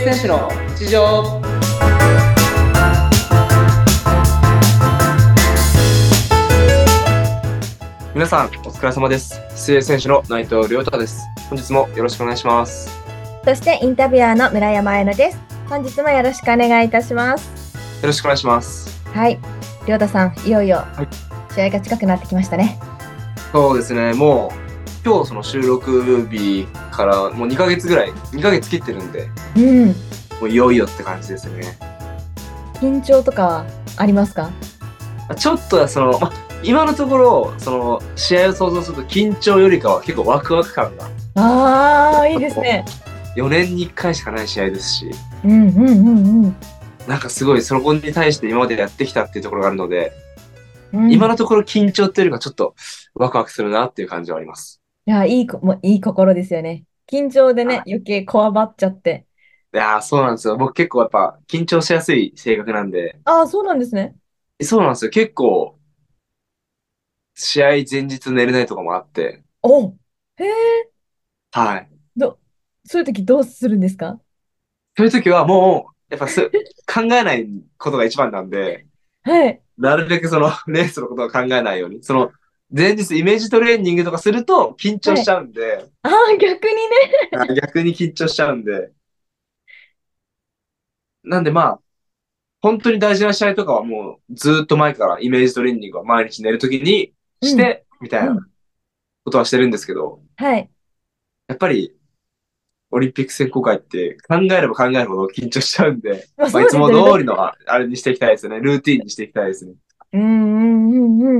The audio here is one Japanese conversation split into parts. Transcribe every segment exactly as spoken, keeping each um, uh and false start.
選手の日常。皆さんお疲れ様です。水泳選手の内藤亮太です。本日もよろしくお願いします。 そしてインタビュアーの村山彩乃です。本日もよろしくお願いいたします。 よろしくお願いします。 はい、亮太さん、いよいよはい試合が近くなってきましたね。 そうですね、もう今日その収録日からもうにかげつぐらい、にかげつ切ってるんで、 うん。 もういよいよって感じですね。 緊張とかはありますか？ ちょっとその、ま、今のところその試合を想像すると緊張よりかは結構ワクワク感が、 ああ、いいですね。 よねんにいっかいしかない試合ですし、 うんうんうんうん。 なんかすごいそこに対して今までやってきたっていうところがあるので、 うん、 今のところ緊張っていうよりかちょっとワクワクするなっていう感じはあります。 いや、いいこ、もういい心ですよね。緊張でね、 はい。 余計こわばっちゃって。 いやー、そうなんですよ。僕結構やっぱ緊張しやすい性格なんで、 ああ、そうなんですね。 そうなんですよ。結構試合前日寝れないとかもあって、 おへえ、 はい。 ど、そういう時どうするんですか？ そういう時はもう、やっぱす考えないことが一番なんで、 はい。 なるべくそのレースのことは考えないように、その前日イメージトレーニングとかすると緊張はい。 しちゃうんで、 ああ、逆にね。 あ逆に緊張しちゃうんで、なんでまあ、本当に大事な試合とかはもうずーっと前からイメージトレーニングは毎日寝るときにしうん。 て、みたいなうん。 ことはしてるんですけど、 はい。 やっぱりオリンピック選考会って考えれば考えるほど緊張しちゃうんで、 まあ、 まあ、いつもそうですよね。だって。 通りのああれにしていきたいですね。ルーティンにしていきたいですね。 うんうんうんうん。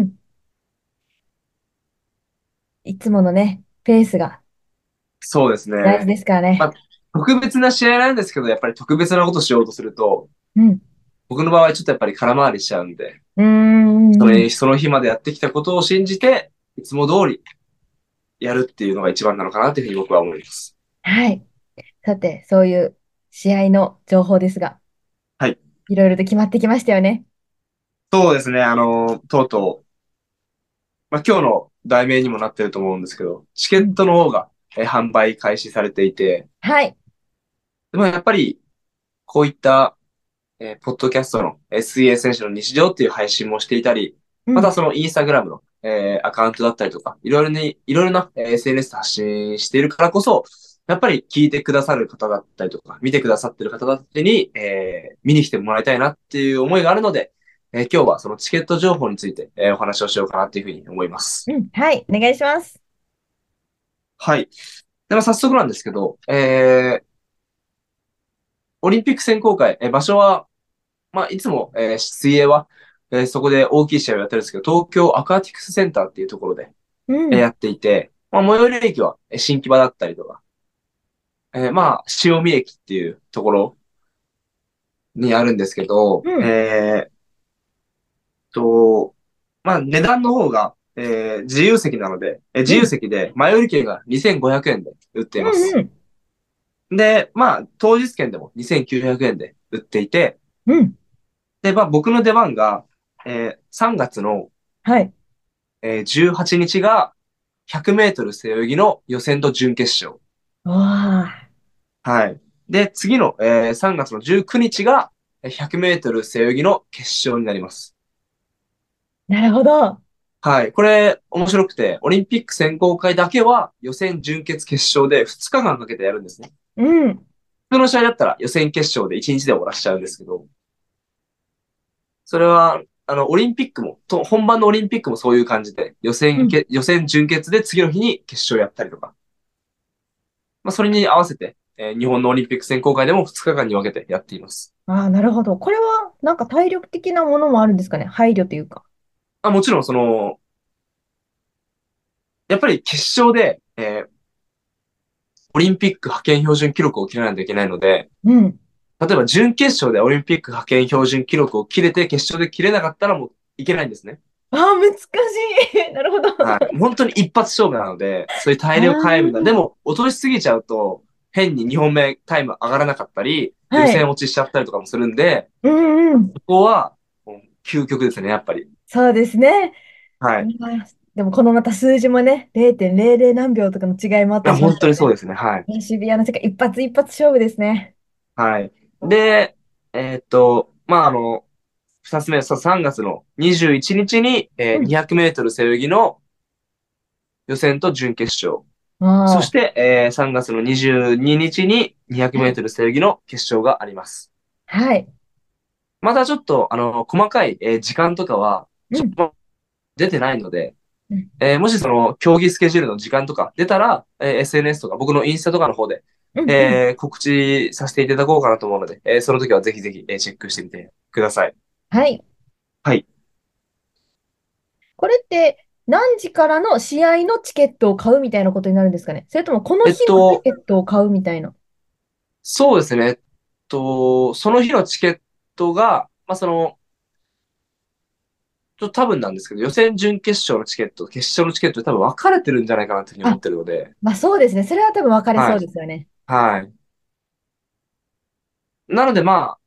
いつものね、ペースがそうです大事ね。 ですからね。 まあ、特別な試合なんですけど、やっぱり特別なことしようとすると、 うん。 僕の場合ちょっとやっぱり空回りしちゃうんで、 うーんうん。 その、その日までやってきたことを信じて、いつも通りやるっていうのが一番なのかなというふうに僕は思います。 はい。さて、そういう試合の情報ですが、 はい。 いろいろと決まってきましたよね。 そうですね。あの、とうとう、まあ、今日の題名にもなってると思うんですけど、チケッうん。 トの方が、えー販売開始されていて、 はい。 でもやっぱりこういった、えーポッドキャストの 水泳選手の日常っていう配信もしていたり、 うん。 またそのインスタグラムの、えーアカウントだったりとか、いろいろに、いろいろな、えー エスエヌエス で発信しているからこそ、やっぱり聞いてくださる方だったりとか、見てくださってる方だったりに、えー見に来てもらいたいなっていう思いがあるので、えー今日はそのチケット情報について、えーお話をしようかなっていうふうに思います。 うん。はい。お願いします。 はい。では早速なんですけど、えーオリンピック選考会、えー場所は、まあ、いつも、えー水泳は、えーそこで大きい試合をやってるんですけど、東京アクアティクスセンターっていうところで、 うん。 えーやっていて、まあ、最寄り駅はえー新木場だったりとか、えーまあ、塩見駅っていうところにあるんですけど、 うん。 えーっと、まあ、値段の方が、えー自由席なので、えー自うん。 由席で前売り券がにせんごひゃくえんで売っています。 うん。 で、まあ、当日券でもにせんきゅうひゃくえんで売っていて、 うん。 で、まあ、僕の出番が、えーさんがつの、 はい。 えーじゅうはちにちがひゃくメートル背泳ぎの予選と準決勝。 わあ。 はい。で、次の、えーさんがつのじゅうくにちがひゃくメートル背泳ぎの決勝になります。 なるほど。 はい。これ、面白くて、オリンピック選考会だけは予選、準決、決勝でふつかかんかけてやるんですね。 うん。 普通の試合だったら予選、決勝でいちにちで終わらしちゃうんですけど、それは、あの、オリンピックも、と、本番のオリンピックもそういう感じで、予選、 うん。 け予選、準決で次の日に決勝やったりとか、まあ、それに合わせて、えー日本のオリンピック選考会でもふつかかんに分けてやっています。 ああ、なるほど。これは、なんか体力的なものもあるんですかね。配慮というか。 あ、もちろん、その、やっぱり決勝で、えーオリンピック派遣標準記録を切らないといけないので、 うん。 例えば準決勝でオリンピック派遣標準記録を切れて、決勝で切れなかったらもういけないんですね。 ああ、難しい。なるほど。 はい。本当に一発勝負なので、そういうあ大量タイムが、であ、 も落としすぎちゃうと、変ににほんめタイム上がらなかったり、予はい。 選落ちしちゃったりとかもするんで、 うんうん。 ここは、もう究極ですね、やっぱり。 そうですね。 はい。いうわでもこのまた数字もね、れいてんれいれい何秒とかの違いもあったや、 りします本当からね。 にそうですね。はい。 シビアな世界、一発一発勝負ですね。 はい。で、えーっと、まあ、あの、二つ目、そうさんがつのにじゅういちにちに、えー、 うん。 にひゃくメートル背泳ぎの予選と準決勝。そしあて、えー、さんがつのにじゅうににちに200 あ、はい。 メートル背泳ぎの決勝があります。 はい。 またちょっと、あの、細かい、えー時間とかは、 うん。 出てないので、 うん。 えーもしその競技スケジュールの時間とか出たら、えー エスエヌエス とか僕のインスタとかの方で、 うん。うん。 えー告知させていただこうかなと思うので、えーその時はぜひぜひ、えーチェックしてみてください。 はい。 はい。 これって何時からの試合のチケットを買うみたいなことになるんですかね？それともこのえ日のチっと、 ケットを買うみたいな。 そうですね。えっと、その日のチケットが、まあ、その、ちょっと多分なんですけど、予選準決勝のチケット、決勝のチケット多分分かれてるんじゃないかなというふうに思あ、 ってるので、 まあそうですね。それは多分分かれそうはい。 ですよね。 はい。なのでま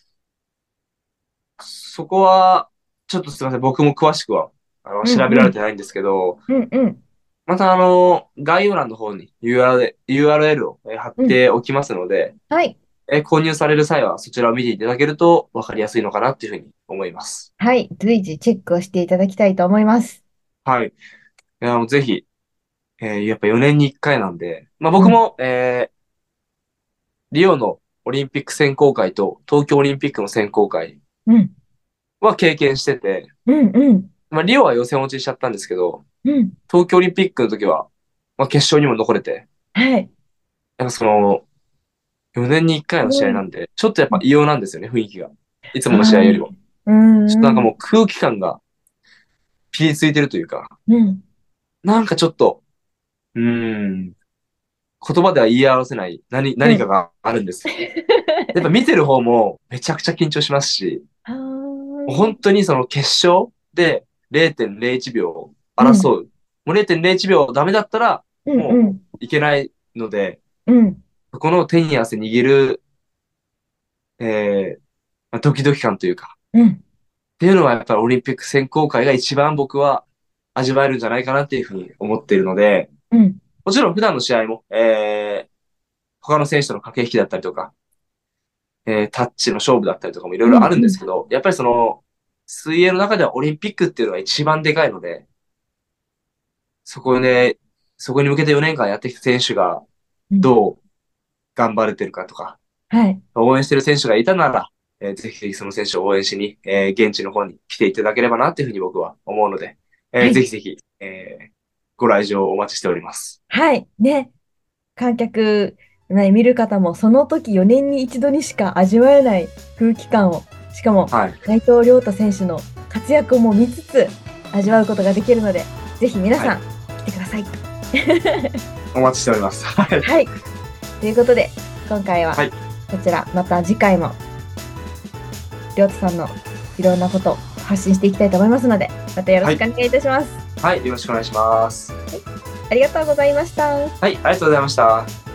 あ、そこは、ちょっとすいません。僕も詳しくは、あの、調べられてうんうん。 ないんですけど、 うんうん。 またあの、概要欄の方に ユーアールエル、ユーアールエル をえー貼っうん。 ておきますので、 はい。 えー購入される際はそちらを見ていただけると分かりやすいのかなっていうふうに思います。 はい。随時チェックをしていただきたいと思います。 はい。いや、もうぜひ、えーやっぱよねんにいっかいなんで、まあうん。 僕も、えーリオのオリンピック選考会と東京オリンピックの選考会うん。 は経験してて、 うんうん。 まあリオは予選落ちしちゃったんですけど、 うん。 東京オリンピックの時は、まあ決勝にも残れて、 はい。 やっぱその、よねんにいっかいの試合うん。 なんで、ちょっとやっぱ異様なんですよね、雰囲気が。いつもの試合よりも。 はい。うんちょっとなんかうん。 もう空気感がピリついてるというか、 うん。 なんかちょっと、うーん、言葉では言い表せない何、 うん。 何かがあるんですよ。やっぱ見てる方もめちゃくちゃ緊張しますし、 はーい。 本当にその決勝でれいてんれいいちびょうをうん。 争う。もうれいてんれいいちびょうダメだったら、 うんもうん。 ういけないので、 うん。 そこの手に汗握る、えーまあドキドキ感というか、 うん。 っていうのはやっぱりオリンピック選考会が一番僕は味わえるんじゃないかなっていうふうに思っているので、 うん。 もちろん普段の試合も、えー、他の選手との駆け引きだったりとか、えー、タッチの勝負だったりとかもいろいろあるんうんうん。 ですけど、やっぱりその、水泳の中ではオリンピックっていうのが一番でかいので、そこで、そこに向けてよねんかんやってきた選手がうん。 どう頑張れてるかとか、 はい。 応援してる選手がいたなら、えーぜひぜひその選手を応援しに、えー現地の方に来ていただければなっていうふうに僕は思うので、えはい。 ーぜひぜひ、えーご来場お待ちしております。 はい。ね。観客、ね、見る方もその時よねんに一度にしか味わえない空気感を、しかもはい。 内藤亮太選手の活躍も見つつ味わうことができるので、ぜひ皆はい。 さん来てください。 お待ちしております。はい。 はい。ということで、今回ははい。 こちら、また次回も亮太さんのいろんなことを発信していきたいと思いますので、またよろはい。 しくお願いいたします。 はい。よろしくお願いします。 ありがとうございました。 はい。ありがとうございました。